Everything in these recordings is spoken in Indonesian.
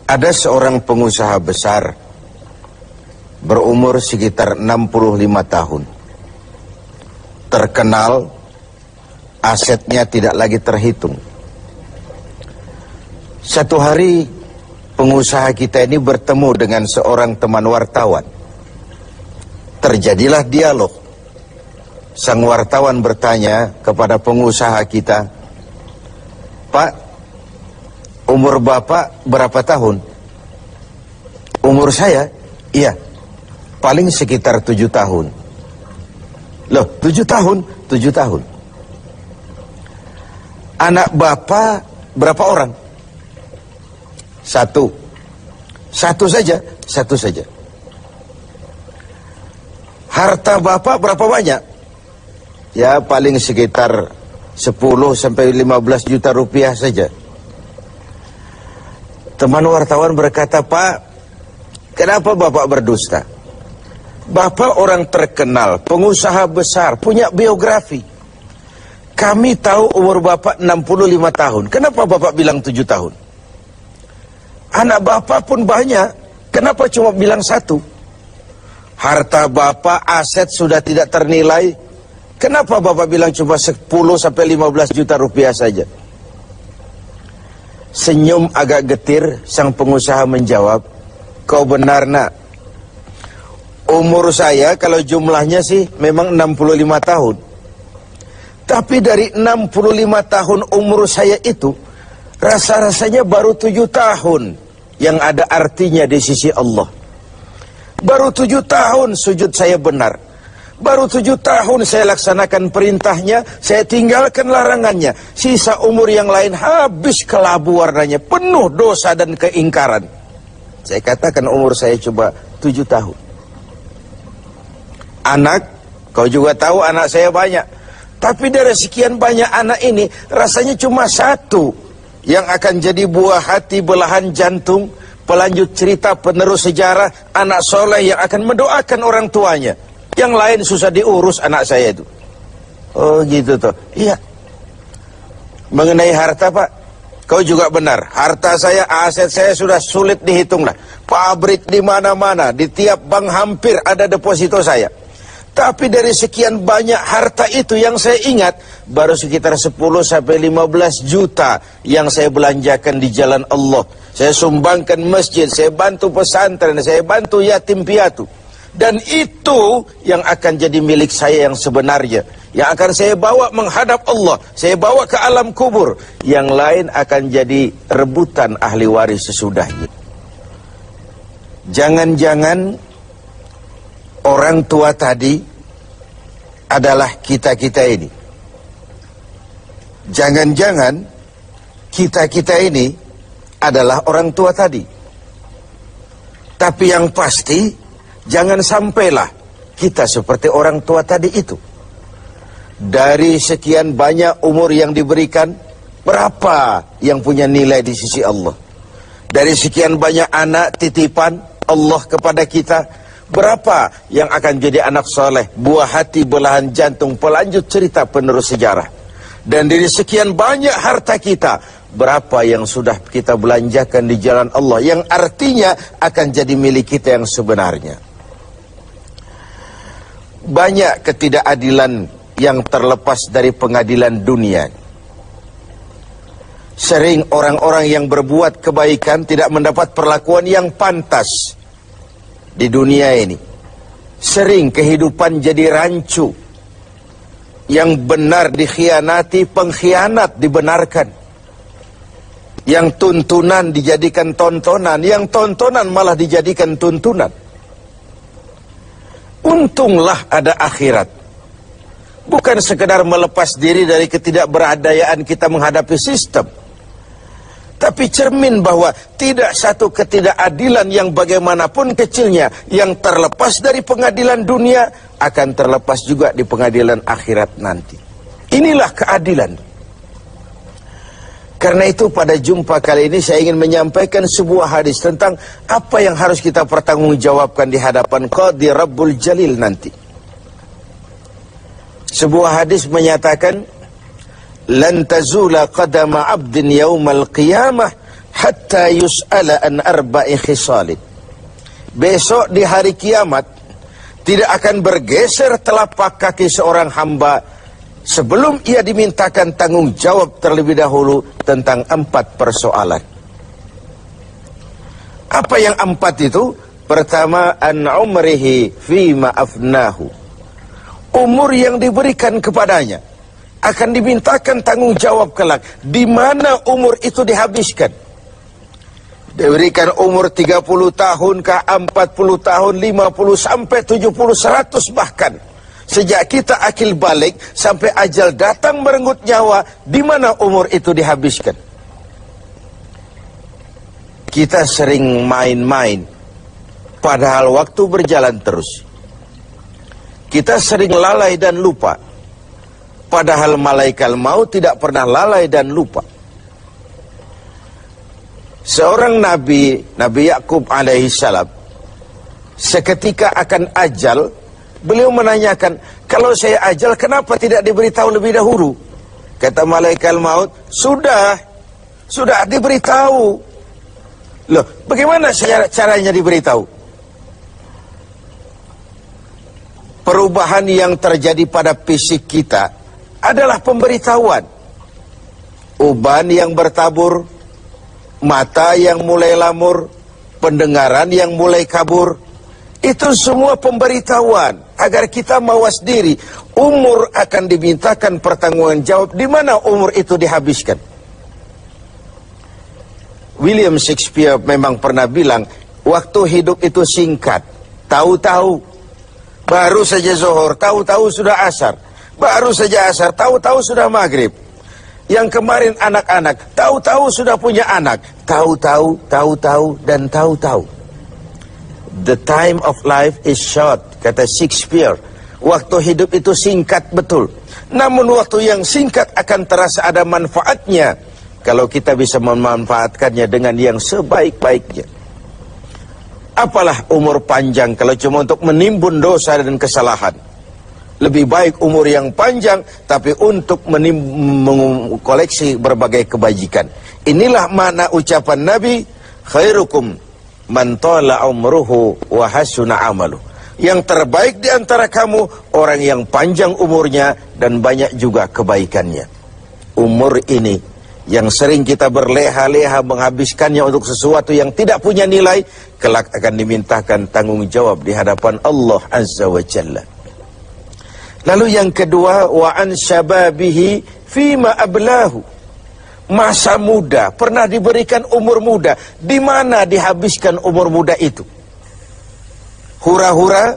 Ada seorang pengusaha besar berumur sekitar 65 tahun. Terkenal, asetnya tidak lagi terhitung. Satu hari pengusaha kita ini bertemu dengan seorang teman wartawan. Terjadilah dialog. Sang wartawan bertanya kepada pengusaha kita, "Pak, umur Bapak berapa tahun?" "Umur saya? Iya, paling sekitar 7 tahun. "Loh, 7 tahun? 7 tahun. "Anak Bapak berapa orang?" "Satu." "Satu saja?" "Satu saja." "Harta Bapak berapa banyak?" "Ya, paling sekitar 10 sampai 15 juta rupiah saja." Teman wartawan berkata, "Pak, kenapa Bapak berdusta? Bapak orang terkenal, pengusaha besar, punya biografi. Kami tahu umur Bapak 65 tahun. Kenapa Bapak bilang 7 tahun? Anak Bapak pun banyak. Kenapa cuma bilang 1? Harta Bapak, aset sudah tidak ternilai. Kenapa Bapak bilang cuma 10 sampai 15 juta rupiah saja?" Senyum agak getir, sang pengusaha menjawab, "Kau benar, Nak. Umur saya kalau jumlahnya sih memang 65 tahun. Tapi dari 65 tahun umur saya itu, rasa-rasanya baru 7 tahun yang ada artinya di sisi Allah. Baru 7 tahun sujud saya benar. Baru 7 tahun saya laksanakan perintahnya, saya tinggalkan larangannya. Sisa umur yang lain habis kelabu warnanya, penuh dosa dan keingkaran. Saya katakan umur saya coba 7 tahun. Anak, kau juga tahu anak saya banyak. Tapi dari sekian banyak anak ini, rasanya cuma 1 yang akan jadi buah hati, belahan jantung, pelanjut cerita, penerus sejarah, anak soleh yang akan mendoakan orang tuanya. Yang lain susah diurus anak saya itu." "Oh gitu toh." "Iya." "Mengenai harta, Pak, kau juga benar. Harta saya, aset saya sudah sulit dihitung lah. Pabrik di mana-mana, di tiap bank hampir ada deposito saya. Tapi dari sekian banyak harta itu yang saya ingat, baru sekitar 10 sampai 15 juta yang saya belanjakan di jalan Allah. Saya sumbangkan masjid, saya bantu pesantren, saya bantu yatim piatu. Dan itu yang akan jadi milik saya yang sebenarnya. Yang akan saya bawa menghadap Allah. Saya bawa ke alam kubur. Yang lain akan jadi rebutan ahli waris sesudahnya." Jangan-jangan orang tua tadi adalah kita-kita ini. Jangan-jangan kita-kita ini adalah orang tua tadi. Tapi yang pasti, jangan sampailah kita seperti orang tua tadi itu. Dari sekian banyak umur yang diberikan, berapa yang punya nilai di sisi Allah? Dari sekian banyak anak titipan Allah kepada kita, berapa yang akan jadi anak soleh, buah hati, belahan jantung, pelanjut cerita, penerus sejarah? Dan dari sekian banyak harta kita, berapa yang sudah kita belanjakan di jalan Allah, yang artinya akan jadi milik kita yang sebenarnya? Banyak ketidakadilan yang terlepas dari pengadilan dunia. Sering orang-orang yang berbuat kebaikan tidak mendapat perlakuan yang pantas di dunia ini. Sering kehidupan jadi rancu. Yang benar dikhianati, pengkhianat dibenarkan. Yang tuntunan dijadikan tontonan, yang tontonan malah dijadikan tuntunan. Untunglah ada akhirat. Bukan sekedar melepas diri dari ketidakberadayaan kita menghadapi sistem. Tapi cermin bahwa tidak satu ketidakadilan yang bagaimanapun kecilnya yang terlepas dari pengadilan dunia akan terlepas juga di pengadilan akhirat nanti. Inilah keadilan. Karena itu pada jumpa kali ini saya ingin menyampaikan sebuah hadis tentang apa yang harus kita pertanggungjawabkan di hadapan Qadhi Rabbul Jalil nanti. Sebuah hadis menyatakan, "Lan tazula qadama 'abdin yaumal qiyamah hatta yus'ala an arba'i khisalin. Besok di hari kiamat tidak akan bergeser telapak kaki seorang hamba sebelum ia dimintakan tanggung jawab terlebih dahulu tentang 4 persoalan. Apa yang 4 itu? Pertama, an umrihi fima afnahu. Umur yang diberikan kepadanya akan dimintakan tanggung jawab kelak. Di mana umur itu dihabiskan? Diberikan umur 30 tahun kah, 40 tahun, 50 sampai 70, 100 bahkan. Sejak kita akil balik sampai ajal datang merenggut nyawa, di mana umur itu dihabiskan? Kita sering main-main, padahal waktu berjalan terus. Kita sering lalai dan lupa, padahal malaikat maut tidak pernah lalai dan lupa. Seorang Nabi Yakub alaihissalam, seketika akan ajal, beliau menanyakan, kalau saya ajal kenapa tidak diberitahu lebih dahulu? Kata malaikat maut, sudah diberitahu. Loh, bagaimana caranya diberitahu? Perubahan yang terjadi pada fisik kita adalah pemberitahuan. Uban yang bertabur, mata yang mulai lamur, pendengaran yang mulai kabur, itu semua pemberitahuan agar kita mawas diri. Umur akan dimintakan pertanggungan jawab. Di mana umur itu dihabiskan? William Shakespeare memang pernah bilang, waktu hidup itu singkat. Tahu-tahu baru saja zuhur, tahu-tahu sudah asar. Baru saja asar, tahu-tahu sudah maghrib. Yang kemarin anak-anak, tahu-tahu sudah punya anak. Tahu-tahu, dan tahu-tahu. The time of life is short, kata Shakespeare. Waktu hidup itu singkat betul. Namun waktu yang singkat akan terasa ada manfaatnya kalau kita bisa memanfaatkannya dengan yang sebaik-baiknya. Apalah umur panjang kalau cuma untuk menimbun dosa dan kesalahan. Lebih baik umur yang panjang tapi untuk mengkoleksi berbagai kebajikan. Inilah makna ucapan Nabi, khairukum man tala umruhu wa hasuna amaluh. Yang terbaik di antara kamu orang yang panjang umurnya dan banyak juga kebaikannya. Umur ini yang sering kita berleha-leha menghabiskannya untuk sesuatu yang tidak punya nilai, kelak akan dimintakan tanggung jawab di hadapan Allah Azza wa Jalla. Lalu yang kedua, wa an syababihi fima ablahu. Masa muda, pernah diberikan umur muda, di mana dihabiskan umur muda itu? Hura-hura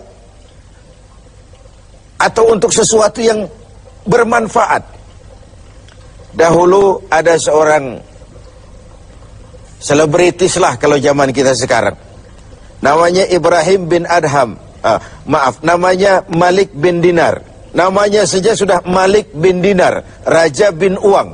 atau untuk sesuatu yang bermanfaat? Dahulu ada seorang selebritis lah kalau zaman kita sekarang. Namanya Ibrahim bin Adham. Namanya Malik bin Dinar. Namanya saja sudah Malik bin Dinar, Raja bin Uang.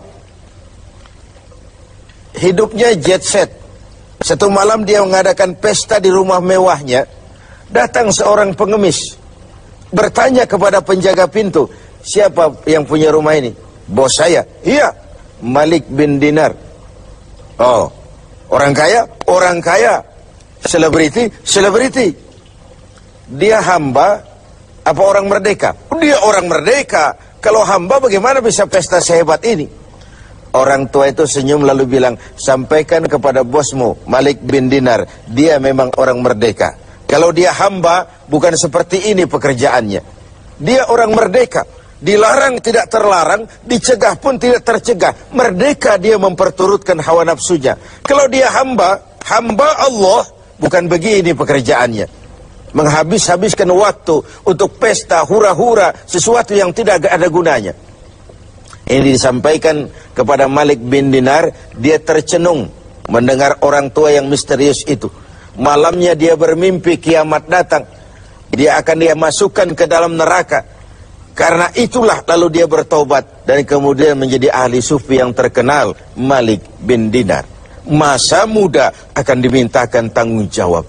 Hidupnya jet set. Satu malam dia mengadakan pesta di rumah mewahnya. Datang seorang pengemis, bertanya kepada penjaga pintu, siapa yang punya rumah ini? Bos saya. Iya, Malik bin Dinar. Oh, orang kaya? Orang kaya. Selebriti? Selebriti. Dia hamba apa orang merdeka? Dia orang merdeka. Kalau hamba bagaimana bisa pesta sehebat ini? Orang tua itu senyum lalu bilang, sampaikan kepada bosmu Malik bin Dinar, dia memang orang merdeka. Kalau dia hamba, bukan seperti ini pekerjaannya. Dia orang merdeka. Dilarang tidak terlarang, dicegah pun tidak tercegah. Merdeka dia memperturutkan hawa nafsunya. Kalau dia hamba Allah, bukan begini pekerjaannya. Menghabis-habiskan waktu untuk pesta, hura-hura, sesuatu yang tidak ada gunanya. Ini disampaikan kepada Malik bin Dinar, dia tercenung mendengar orang tua yang misterius itu. Malamnya dia bermimpi kiamat datang. Dia akan dia masukkan ke dalam neraka. Karena itulah lalu dia bertobat dan kemudian menjadi ahli sufi yang terkenal, Malik bin Dinar. Masa muda akan dimintakan tanggung jawab.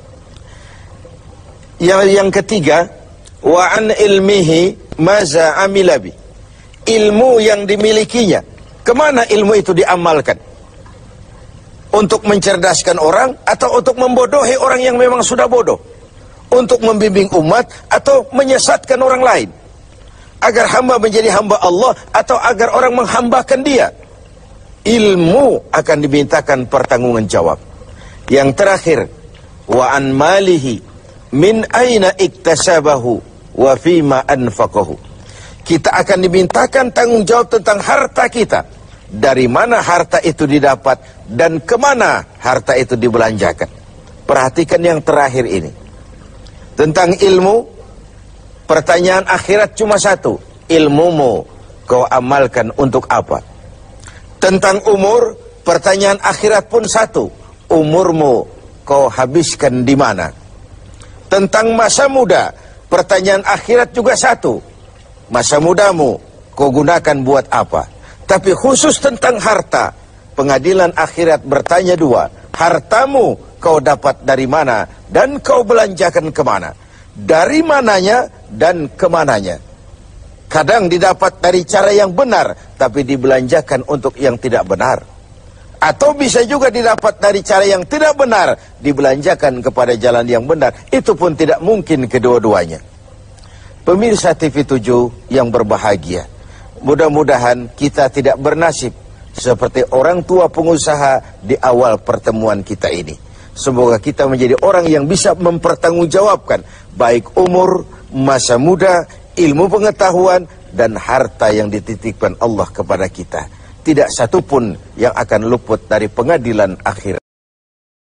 Yang ketiga, wa an ilmihi maza amilabi. Ilmu yang dimilikinya, kemana ilmu itu diamalkan? Untuk mencerdaskan orang atau untuk membodohi orang yang memang sudah bodoh? Untuk membimbing umat atau menyesatkan orang lain? Agar hamba menjadi hamba Allah atau agar orang menghambakan dia? Ilmu akan dimintakan pertanggungan jawab. Yang terakhir, wa an malihi min aina iktasabahu wa fima anfaqahu. Kita akan dimintakan tanggung jawab tentang harta kita. Dari mana harta itu didapat dan kemana harta itu dibelanjakan. Perhatikan yang terakhir ini. Tentang ilmu, pertanyaan akhirat cuma satu. Ilmumu kau amalkan untuk apa? Tentang umur, pertanyaan akhirat pun satu. Umurmu kau habiskan di mana? Tentang masa muda, pertanyaan akhirat juga satu. Masa mudamu kau gunakan buat apa? Tapi khusus tentang harta, pengadilan akhirat bertanya dua. Hartamu kau dapat dari mana dan kau belanjakan kemana? Dari mananya dan kemananya? Kadang didapat dari cara yang benar, tapi dibelanjakan untuk yang tidak benar. Atau bisa juga didapat dari cara yang tidak benar, dibelanjakan kepada jalan yang benar. Itu pun tidak mungkin kedua-duanya. Pemirsa TV7 yang berbahagia, mudah-mudahan kita tidak bernasib seperti orang tua pengusaha di awal pertemuan kita ini. Semoga kita menjadi orang yang bisa mempertanggungjawabkan baik umur, masa muda, ilmu pengetahuan, dan harta yang dititipkan Allah kepada kita. Tidak satupun yang akan luput dari pengadilan akhirat.